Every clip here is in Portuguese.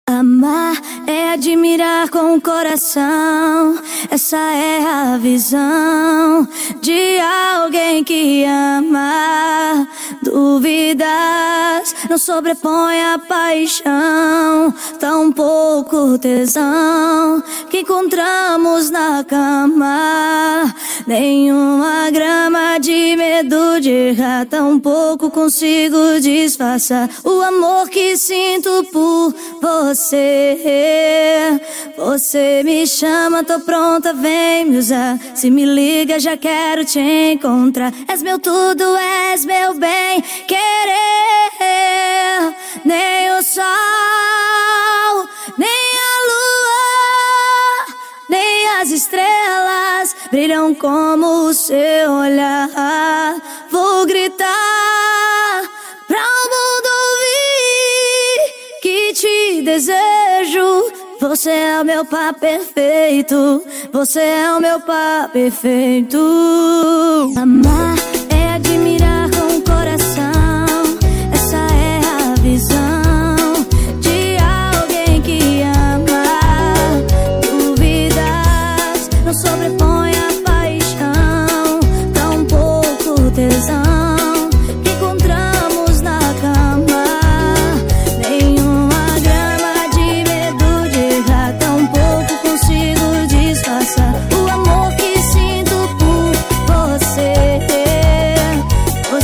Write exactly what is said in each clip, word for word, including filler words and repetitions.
Amar é admirar com o coração. Essa é a visão de alguém que ama. Dúvidas não sobrepõe a paixão, tão pouco tesão que encontramos na cama. Nenhuma grama de medo de errar, tão pouco consigo disfarçar o amor que sinto por você. Você me chama, tô pronta, vem me usar. Se me liga, já quero te encontrar. És meu tudo, és meu bem querer. Nem o sol, nem a lua, nem as estrelas brilham como o seu olhar. Vou gritar pra o mundo ouvir que te desejo. Você é o meu par perfeito, você é o meu par perfeito. Amar é admirar com o coração. Essa é a visão de alguém que ama. Dúvidas não sobrepõe a paixão, tão pouco tesão que encontramos na cama. Nenhuma grama de medo de errar, tão pouco consigo disfarçar o amor que sinto por você.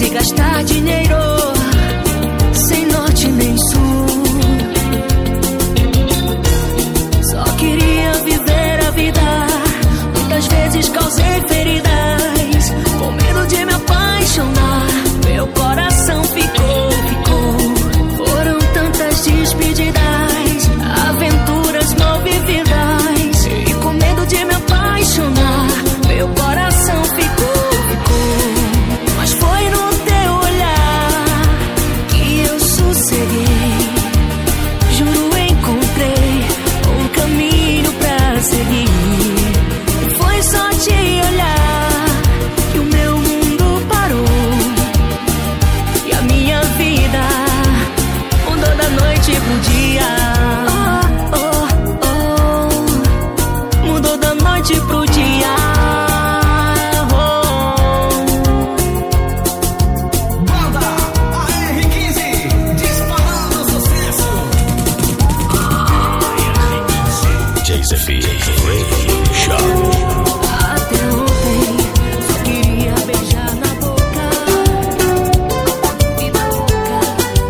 Se gastar dinheiro sem norte nem sul, só queria viver a vida. Muitas vezes causei feridas, com medo de me apaixonar. Meu coração ficou, ficou. Foram tantas despedidas, aventuras mal vividas, e com medo de me apaixonar, meu coração ficou, ficou. Mas foi no teu olhar que eu sosseguei. Juro, encontrei um caminho pra seguir. Foi só te olhar que o meu mundo parou, e a minha vida mudou da noite pro dia. Oh, oh, oh. Mudou da noite pro dia. Oh. Banda A R quinze, disparando sucesso. J-Zephyr Radio Show. Até ontem só queria beijar na boca e na boca.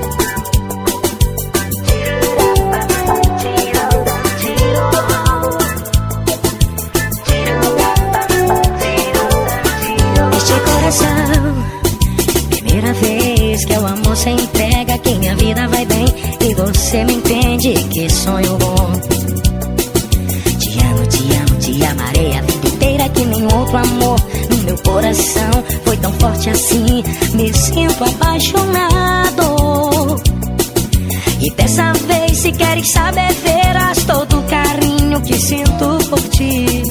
Este coração, primeira vez que o amor se entrega, que minha vida vai bem e você me entende. Que sonho bom. Te amo, te amo, te amarei a vida inteira, que nem outro amor no meu coração foi tão forte assim. Me sinto apaixonado, e dessa vez, se queres saber, verás todo o carinho que sinto por ti.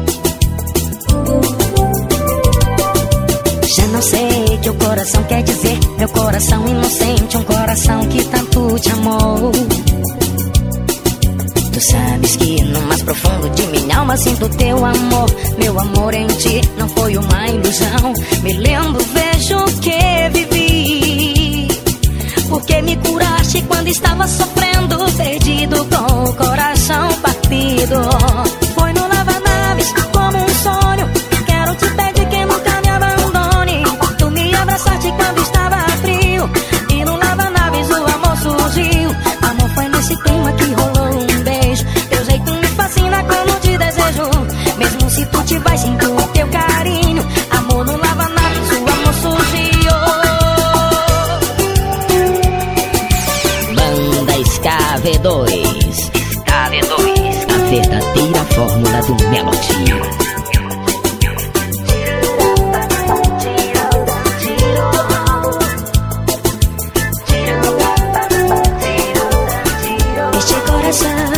Já não sei o que o coração quer dizer. Meu coração inocente, um coração que tanto te amou. Tu sabes que no mais profundo de minha alma sinto teu amor. Meu amor em ti não foi uma ilusão. Me lembro, vejo o que vivi, porque me curaste quando estava sofrendo, perdido, com o coração partido. Foi no lava-naves como um sonho. Quero te pedir que nunca me abandone. Tu me abraçaste quando estava frio, e no lava-naves o amor surgiu. Amor, foi nesse clima que rolou um beijo. Teu jeito me fascina como te desejo. Mesmo se tu te vais, sinto o teu carinho. Amor, no lava-naves o amor surgiu. Banda Ska V dois, Ska V dois, a verdadeira fórmula do Melody. Este coração,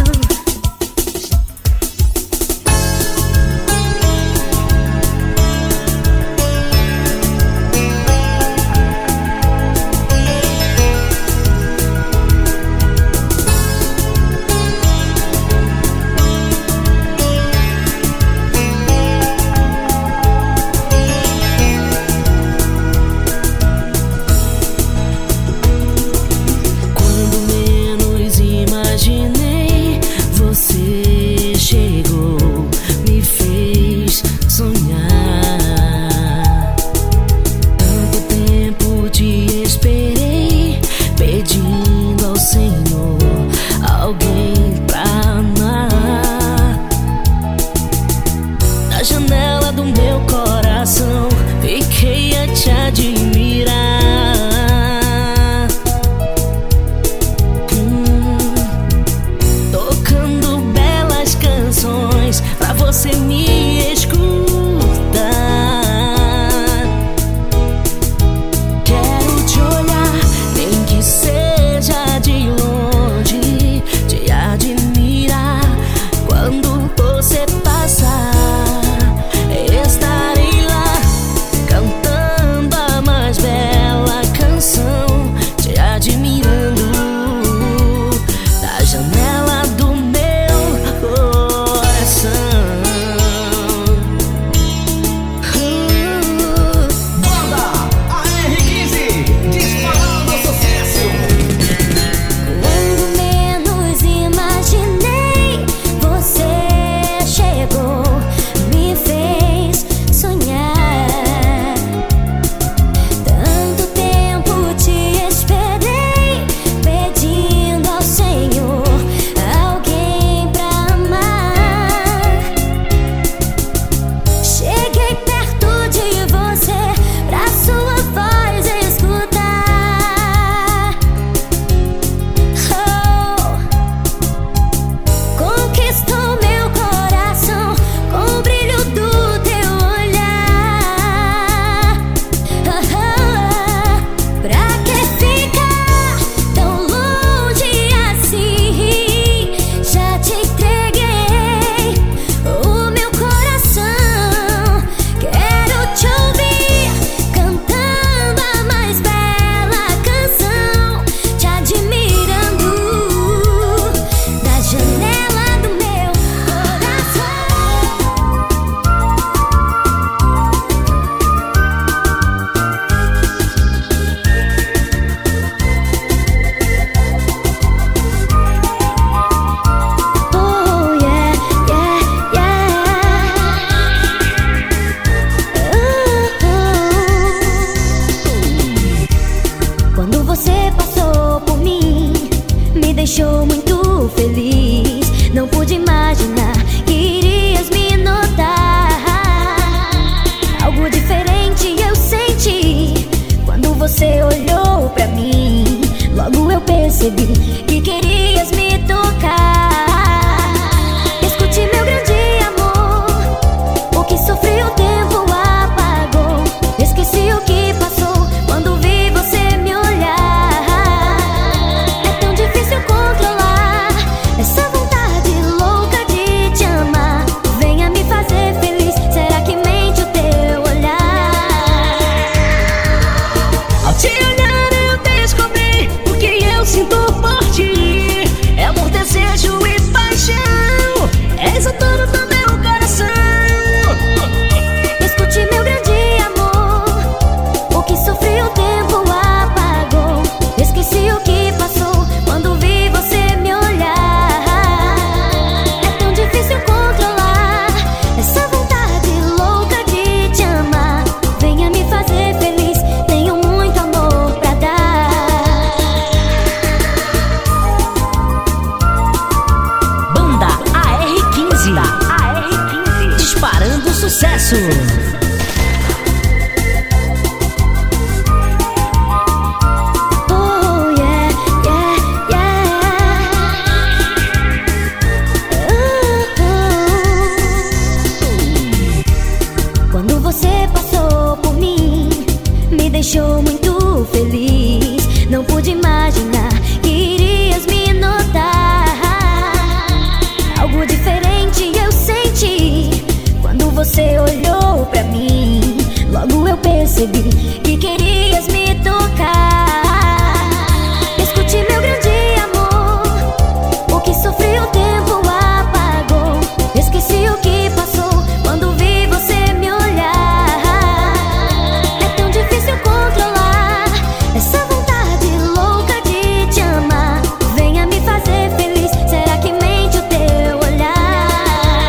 você olhou pra mim, logo eu percebi que querias me tocar. Escute, meu grande amor, o que sofri o tempo apagou. Esqueci o que passou quando vi você me olhar. É tão difícil controlar essa vontade louca de te amar. Venha me fazer feliz, será que mente o teu olhar? Ao te olhar eu descobri o que eu sinto por ti. É amor, desejo e paixão, és a dona do meu coração. Escute, meu grande amor, o que sofri o tempo apagou. Esqueci o que passou quando vi você me olhar. É tão difícil controlar essa vontade louca de te amar. Venha me fazer feliz, tenho muito amor pra dar. Banda A R quinze. A R quinze. Disparando sucesso. Oh yeah, yeah, yeah. Uh, uh. Quando você passou por mim, me deixou muito feliz. Não pude imaginar que irias me notar. Algo diferente eu senti quando você olhou pra mim, logo eu percebi que querias me tocar. Escute, meu grande amor, o que sofri o tempo apagou. Esqueci o que passou quando vi você me olhar. É tão difícil controlar essa vontade louca de te amar. Venha me fazer feliz, será que mente o teu olhar?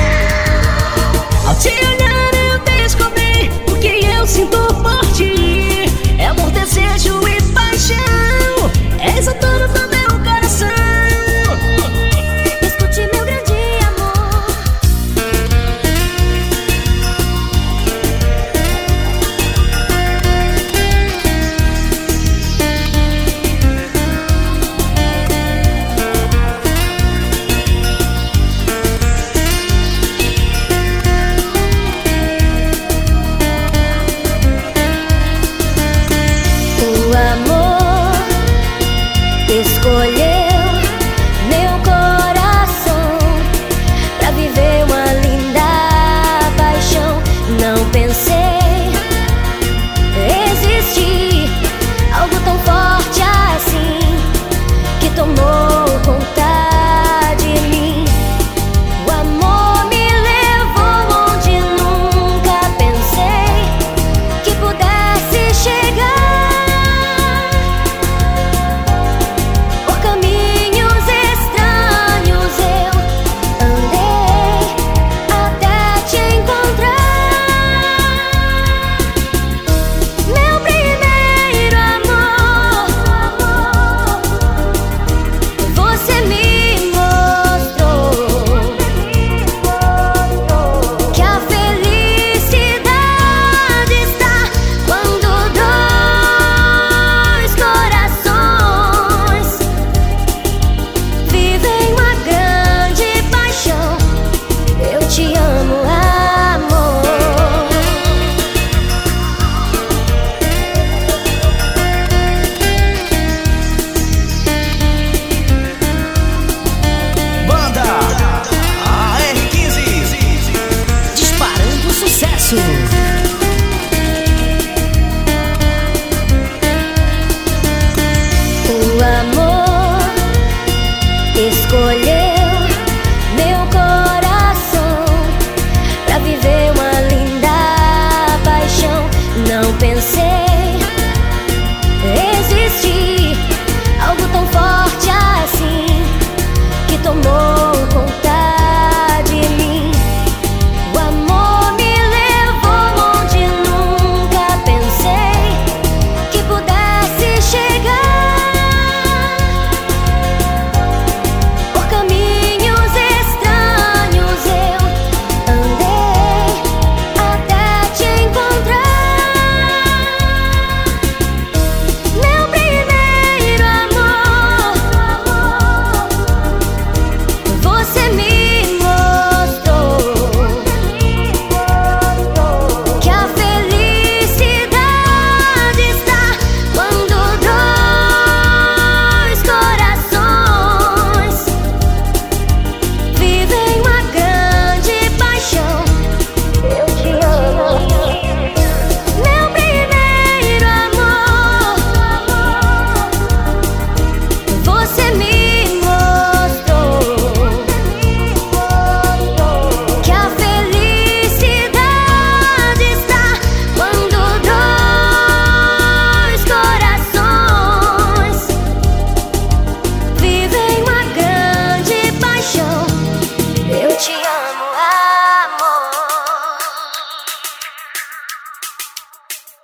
Ao te olhar eu descobri o que eu sinto por ti. É amor, desejo e paixão, és a dona do meu coração. Escute, meu grande amor. O amor escolheu meu coração pra viver uma linda paixão. Não pensei existir algo tão forte assim que tomou conta de mim. O amor me levou onde nunca pensei que pudesse chegar. Por caminhos estranhos eu andei até te encontrar. Meu primeiro amor, você me mostrou que a felicidade está quando dois corações vivem uma grande paixão. Eu te amo, amor. Banda A R quinze. Disparando sucesso. O amor escolheu meu coração pra viver uma linda paixão. Não pensei